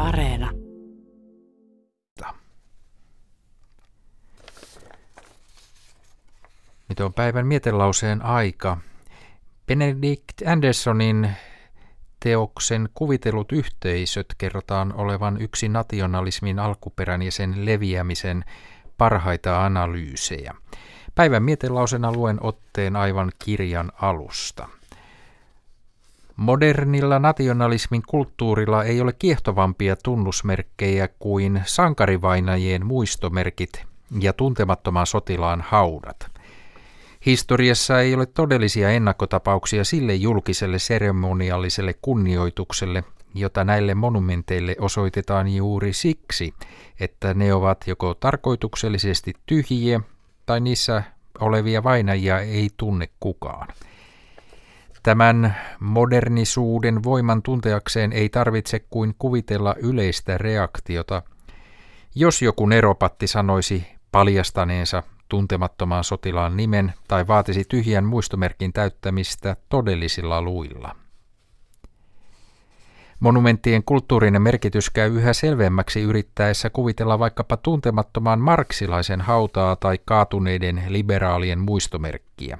Areena. Nyt on päivän mietelauseen aika. Benedict Andersonin teoksen Kuvitellut yhteisöt kerrotaan olevan yksi nationalismin alkuperän ja sen leviämisen parhaita analyysejä. Päivän mietelausena luen otteen aivan kirjan alusta. Modernilla nationalismin kulttuurilla ei ole kiehtovampia tunnusmerkkejä kuin sankarivainajien muistomerkit ja tuntemattoman sotilaan haudat. Historiassa ei ole todellisia ennakkotapauksia sille julkiselle seremonialliselle kunnioitukselle, jota näille monumenteille osoitetaan juuri siksi, että ne ovat joko tarkoituksellisesti tyhjiä tai niissä olevia vainajia ei tunne kukaan. Tämän modernisuuden voiman tunteakseen ei tarvitse kuin kuvitella yleistä reaktiota, jos joku neropatti sanoisi paljastaneensa tuntemattoman sotilaan nimen tai vaatisi tyhjän muistomerkin täyttämistä todellisilla luilla. Monumenttien kulttuurinen merkitys käy yhä selvemmäksi yrittäessä kuvitella vaikkapa tuntemattoman marksilaisen hautaa tai kaatuneiden liberaalien muistomerkkiä.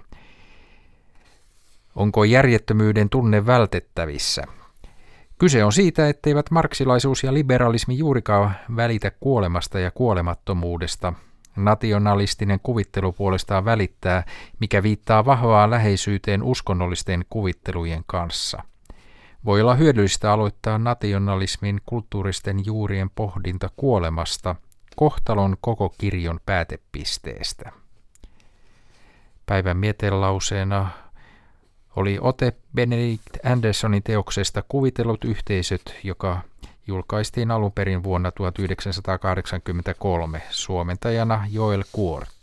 Onko järjettömyyden tunne vältettävissä? Kyse on siitä, etteivät marksilaisuus ja liberalismi juurikaan välitä kuolemasta ja kuolemattomuudesta. Nationalistinen kuvittelu puolestaan välittää, mikä viittaa vahvaan läheisyyteen uskonnollisten kuvittelujen kanssa. Voi olla hyödyllistä aloittaa nationalismin kulttuuristen juurien pohdinta kuolemasta, kohtalon koko kirjon päätepisteestä. Päivän mietelauseena oli ote Benedict Andersonin teoksesta Kuvitellut yhteisöt, joka julkaistiin alun perin vuonna 1983, suomentajana Joel Kuortti.